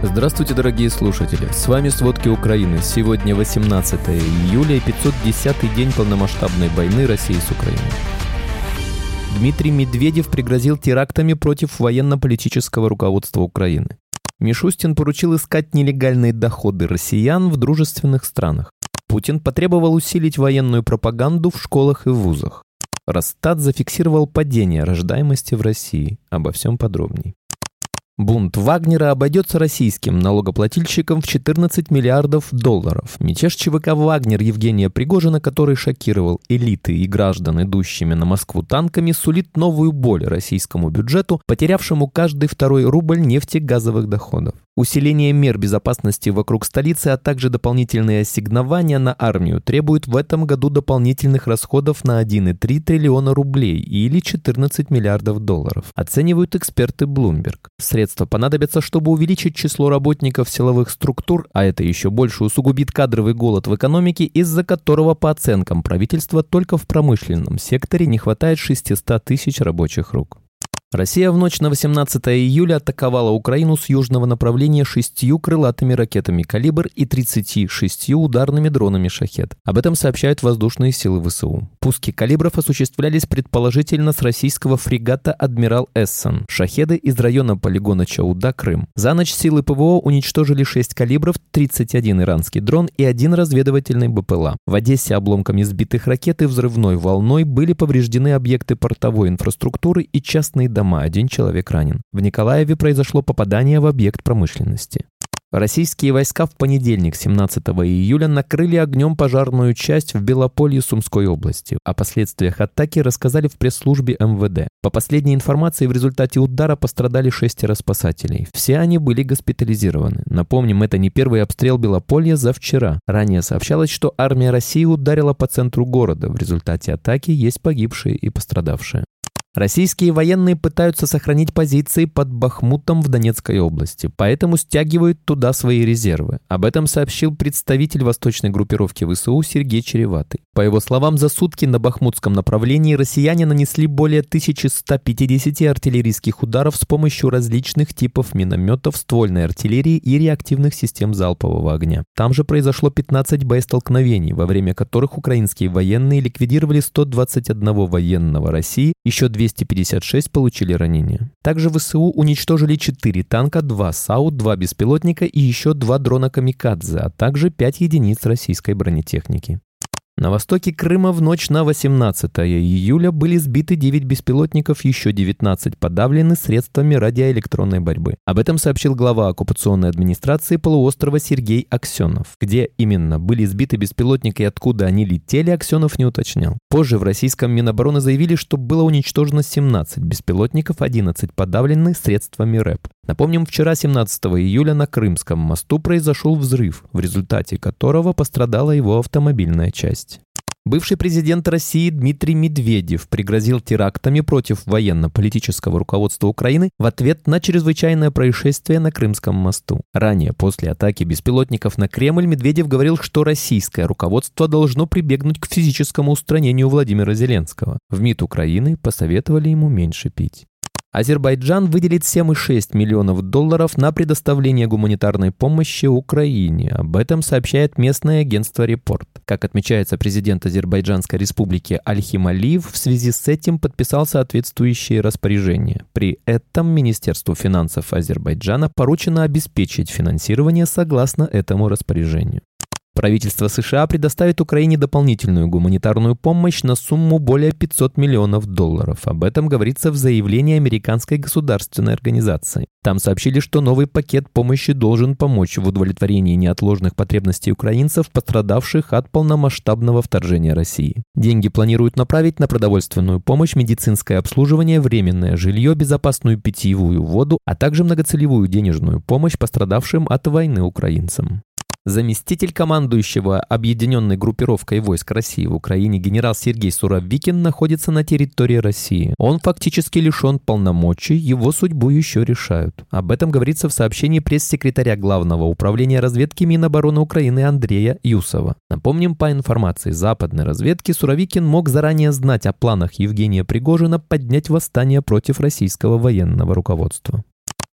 Здравствуйте, дорогие слушатели! С вами «Сводки Украины». Сегодня 18 июля и 510-й день полномасштабной войны России с Украиной. Дмитрий Медведев пригрозил терактами против военно-политического руководства Украины. Мишустин поручил искать нелегальные доходы россиян в дружественных странах. Путин потребовал усилить военную пропаганду в школах и вузах. Росстат зафиксировал падение рождаемости в России. Обо всем подробней. Бунт Вагнера обойдется российским налогоплательщикам в 14 миллиардов долларов. Мятеж ЧВК «Вагнер» Евгения Пригожина, который шокировал элиты и граждан, идущими на Москву танками, сулит новую боль российскому бюджету, потерявшему каждый второй рубль нефтегазовых доходов. Усиление мер безопасности вокруг столицы, а также дополнительные ассигнования на армию требуют в этом году дополнительных расходов на 1,3 триллиона рублей или 14 миллиардов долларов, оценивают эксперты Bloomberg. Средства понадобятся, чтобы увеличить число работников силовых структур, а это еще больше усугубит кадровый голод в экономике, из-за которого, по оценкам правительства, только в промышленном секторе не хватает 600 тысяч рабочих рук. Россия в ночь на 18 июля атаковала Украину с южного направления 6 крылатыми ракетами «Калибр» и 36 ударными дронами «Шахед». Об этом сообщают воздушные силы ВСУ. Пуски «Калибров» осуществлялись предположительно с российского фрегата «Адмирал Эссон». «Шахеды» из района полигона Чауда, Крым. За ночь силы ПВО уничтожили 6 «Калибров», 31 иранский дрон и 1 разведывательный БПЛА. В Одессе обломками сбитых ракет и взрывной волной были повреждены объекты портовой инфраструктуры и частные дома. 1 человек ранен. В Николаеве произошло попадание в объект промышленности. Российские войска в понедельник, 17 июля, накрыли огнем пожарную часть в Белополье Сумской области. О последствиях атаки рассказали в пресс-службе МВД. По последней информации, в результате удара пострадали 6 спасателей. Все они были госпитализированы. Напомним, это не первый обстрел Белополья за вчера. Ранее сообщалось, что армия России ударила по центру города. В результате атаки есть погибшие и пострадавшие. Российские военные пытаются сохранить позиции под Бахмутом в Донецкой области, поэтому стягивают туда свои резервы. Об этом сообщил представитель восточной группировки ВСУ Сергей Череватый. По его словам, за сутки на бахмутском направлении россияне нанесли более 1150 артиллерийских ударов с помощью различных типов минометов, ствольной артиллерии и реактивных систем залпового огня. Там же произошло 15 боестолкновений, во время которых украинские военные ликвидировали 121 военного России, еще 256 получили ранения. Также ВСУ уничтожили 4 танка, 2 САУ, 2 беспилотника и еще 2 дрона «Камикадзе», а также 5 единиц российской бронетехники. На востоке Крыма в ночь на 18 июля были сбиты 9 беспилотников, еще 19 подавлены средствами радиоэлектронной борьбы. Об этом сообщил глава оккупационной администрации полуострова Сергей Аксенов. Где именно были сбиты беспилотники и откуда они летели, Аксенов не уточнял. Позже в российском Минобороны заявили, что было уничтожено 17 беспилотников, 11 подавлены средствами РЭП. Напомним, вчера, 17 июля, на Крымском мосту произошел взрыв, в результате которого пострадала его автомобильная часть. Бывший президент России Дмитрий Медведев пригрозил терактами против военно-политического руководства Украины в ответ на чрезвычайное происшествие на Крымском мосту. Ранее, после атаки беспилотников на Кремль, Медведев говорил, что российское руководство должно прибегнуть к физическому устранению Владимира Зеленского. В МИД Украины посоветовали ему меньше пить. Азербайджан выделит 7,6 миллионов долларов на предоставление гуманитарной помощи Украине. Об этом сообщает местное агентство «Репорт». Как отмечается, президент Азербайджанской республики Альхим Алиев в связи с этим подписал соответствующие распоряжения. При этом Министерству финансов Азербайджана поручено обеспечить финансирование согласно этому распоряжению. Правительство США предоставит Украине дополнительную гуманитарную помощь на сумму более 500 миллионов долларов. Об этом говорится в заявлении американской государственной организации. Там сообщили, что новый пакет помощи должен помочь в удовлетворении неотложных потребностей украинцев, пострадавших от полномасштабного вторжения России. Деньги планируют направить на продовольственную помощь, медицинское обслуживание, временное жилье, безопасную питьевую воду, а также многоцелевую денежную помощь пострадавшим от войны украинцам. Заместитель командующего объединенной группировкой войск России в Украине генерал Сергей Суровикин находится на территории России. Он фактически лишен полномочий, его судьбу еще решают. Об этом говорится в сообщении пресс-секретаря Главного управления разведки Минобороны Украины Андрея Юсова. Напомним, по информации западной разведки, Суровикин мог заранее знать о планах Евгения Пригожина поднять восстание против российского военного руководства.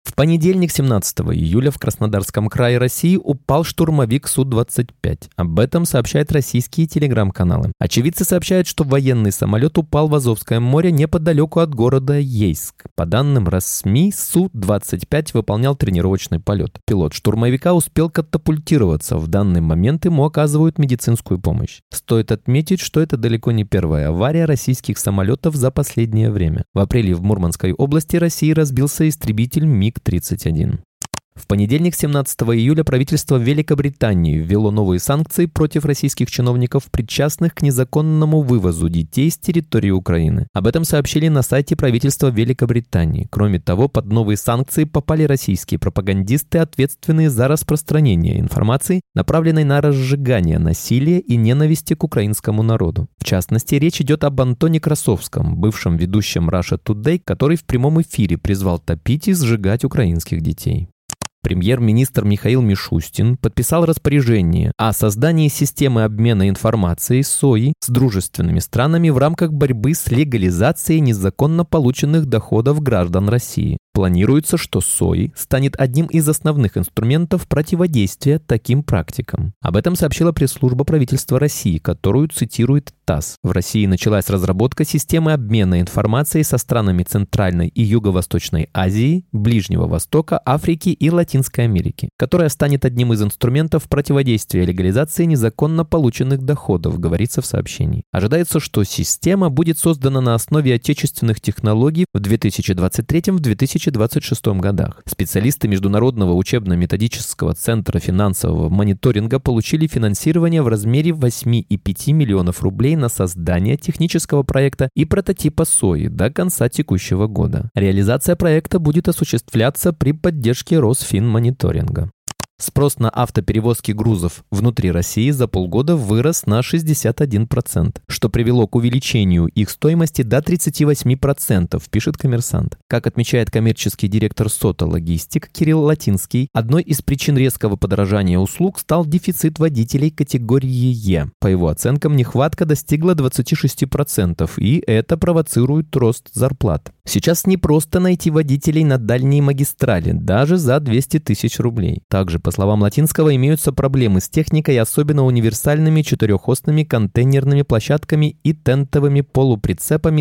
В понедельник, 17 июля, в Краснодарском крае России упал штурмовик Су-25. Об этом сообщают российские телеграм-каналы. Очевидцы сообщают, что военный самолет упал в Азовское море неподалеку от города Ейск. По данным РАСМИ, Су-25 выполнял тренировочный полет. Пилот штурмовика успел катапультироваться. В данный момент ему оказывают медицинскую помощь. Стоит отметить, что это далеко не первая авария российских самолетов за последнее время. В апреле в Мурманской области России разбился истребитель МиГ-31. В понедельник, 17 июля, правительство Великобритании ввело новые санкции против российских чиновников, причастных к незаконному вывозу детей с территории Украины. Об этом сообщили на сайте правительства Великобритании. Кроме того, под новые санкции попали российские пропагандисты, ответственные за распространение информации, направленной на разжигание насилия и ненависти к украинскому народу. В частности, речь идет об Антоне Красовском, бывшем ведущем Russia Today, который в прямом эфире призвал топить и сжигать украинских детей. Премьер-министр Михаил Мишустин подписал распоряжение о создании системы обмена информацией СОИ с дружественными странами в рамках борьбы с легализацией незаконно полученных доходов граждан России. Планируется, что СОИ станет одним из основных инструментов противодействия таким практикам. Об этом сообщила пресс-служба правительства России, которую цитирует ТАСС. В России началась разработка системы обмена информацией со странами Центральной и Юго-Восточной Азии, Ближнего Востока, Африки и Латинской Америки, которая станет одним из инструментов противодействия легализации незаконно полученных доходов, говорится в сообщении. Ожидается, что система будет создана на основе отечественных технологий в 2023-2026 годах. Специалисты Международного учебно-методического центра финансового мониторинга получили финансирование в размере 8,5 миллионов рублей на создание технического проекта и прототипа СОИ до конца текущего года. Реализация проекта будет осуществляться при поддержке Росфинмониторинга. Спрос на автоперевозки грузов внутри России за полгода вырос на 61%, что привело к увеличению их стоимости до 38%, пишет «Коммерсант». Как отмечает коммерческий директор СОТА «Логистик» Кирилл Латинский, одной из причин резкого подорожания услуг стал дефицит водителей категории Е. По его оценкам, нехватка достигла 26%, и это провоцирует рост зарплат. Сейчас непросто найти водителей на дальние магистрали, даже за 200 тысяч рублей. Также, по словам Латинского, имеются проблемы с техникой, особенно универсальными четырехосными контейнерными площадками и тентовыми полуприцепами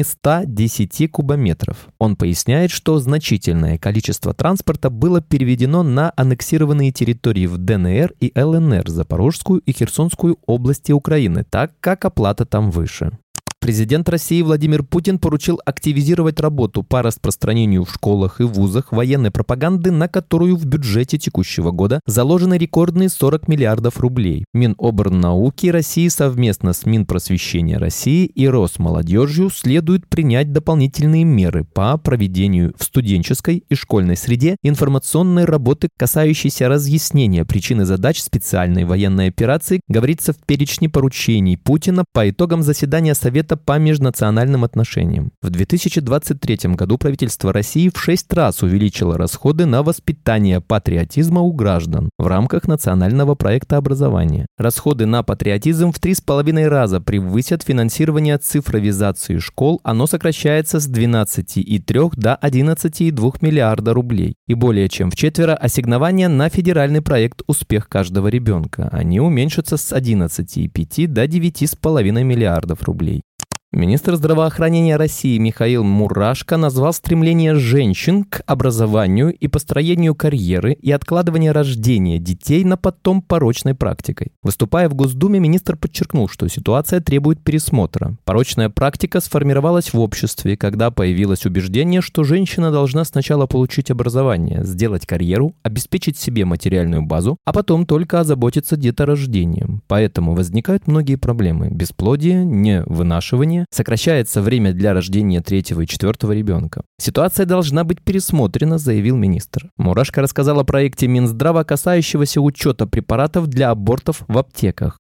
110 кубометров. Он поясняет, что значительное количество транспорта было переведено на аннексированные территории в ДНР и ЛНР, Запорожскую и Херсонскую области Украины, так как оплата там выше. Президент России Владимир Путин поручил активизировать работу по распространению в школах и вузах военной пропаганды, на которую в бюджете текущего года заложены рекордные 40 миллиардов рублей. Миноборнауки России совместно с Минпросвещения России и Росмолодежью следует принять дополнительные меры по проведению в студенческой и школьной среде информационной работы, касающейся разъяснения причин и задач специальной военной операции, говорится в перечне поручений Путина по итогам заседания Совета по межнациональным отношениям. В 2023 году правительство России в 6 раз увеличило расходы на воспитание патриотизма у граждан в рамках национального проекта образования. Расходы на патриотизм в 3,5 раза превысят финансирование цифровизации школ, оно сокращается с 12,3 до 11,2 миллиарда рублей. И более чем вчетверо ассигнования на федеральный проект «Успех каждого ребенка». Они уменьшатся с 11,5 до 9,5 миллиардов рублей. Министр здравоохранения России Михаил Мурашко назвал стремление женщин к образованию и построению карьеры и откладывание рождения детей на потом порочной практикой. Выступая в Госдуме, министр подчеркнул, что ситуация требует пересмотра. Порочная практика сформировалась в обществе, когда появилось убеждение, что женщина должна сначала получить образование, сделать карьеру, обеспечить себе материальную базу, а потом только озаботиться деторождением. Поэтому возникают многие проблемы: бесплодие, невынашивание, сокращается время для рождения 3-го и 4-го ребенка. Ситуация должна быть пересмотрена, заявил министр. Мурашко рассказал о проекте Минздрава, касающегося учета препаратов для абортов в аптеках.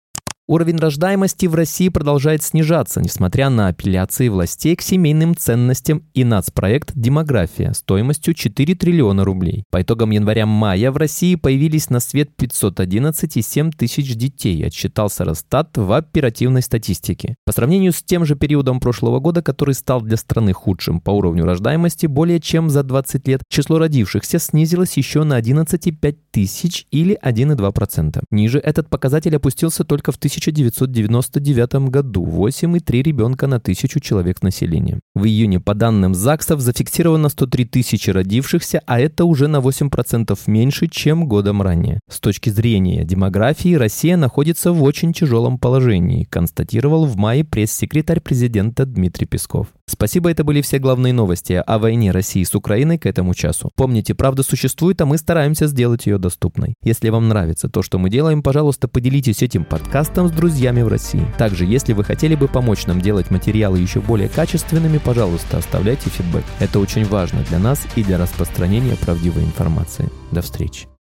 Уровень рождаемости в России продолжает снижаться, несмотря на апелляции властей к семейным ценностям и нацпроект «Демография» стоимостью 4 триллиона рублей. По итогам января-мая в России появились на свет 511,7 тысяч детей, отсчитался Росстат в оперативной статистике. По сравнению с тем же периодом прошлого года, который стал для страны худшим по уровню рождаемости более чем за 20 лет, число родившихся снизилось еще на 11,5 тысяч или 1,2%. Ниже этот показатель опустился только в 1999 году, 8,3 ребенка на 1000 человек населения. В июне по данным ЗАГСов зафиксировано 103 тысячи родившихся, а это уже на 8% меньше, чем годом ранее. С точки зрения демографии Россия находится в очень тяжелом положении, констатировал в мае пресс-секретарь президента Дмитрий Песков. Спасибо, это были все главные новости о войне России с Украиной к этому часу. Помните, правда существует, а мы стараемся сделать ее доступной. Если вам нравится то, что мы делаем, пожалуйста, поделитесь этим подкастом с друзьями в России. Также, если вы хотели бы помочь нам делать материалы еще более качественными, пожалуйста, оставляйте фидбэк. Это очень важно для нас и для распространения правдивой информации. До встречи.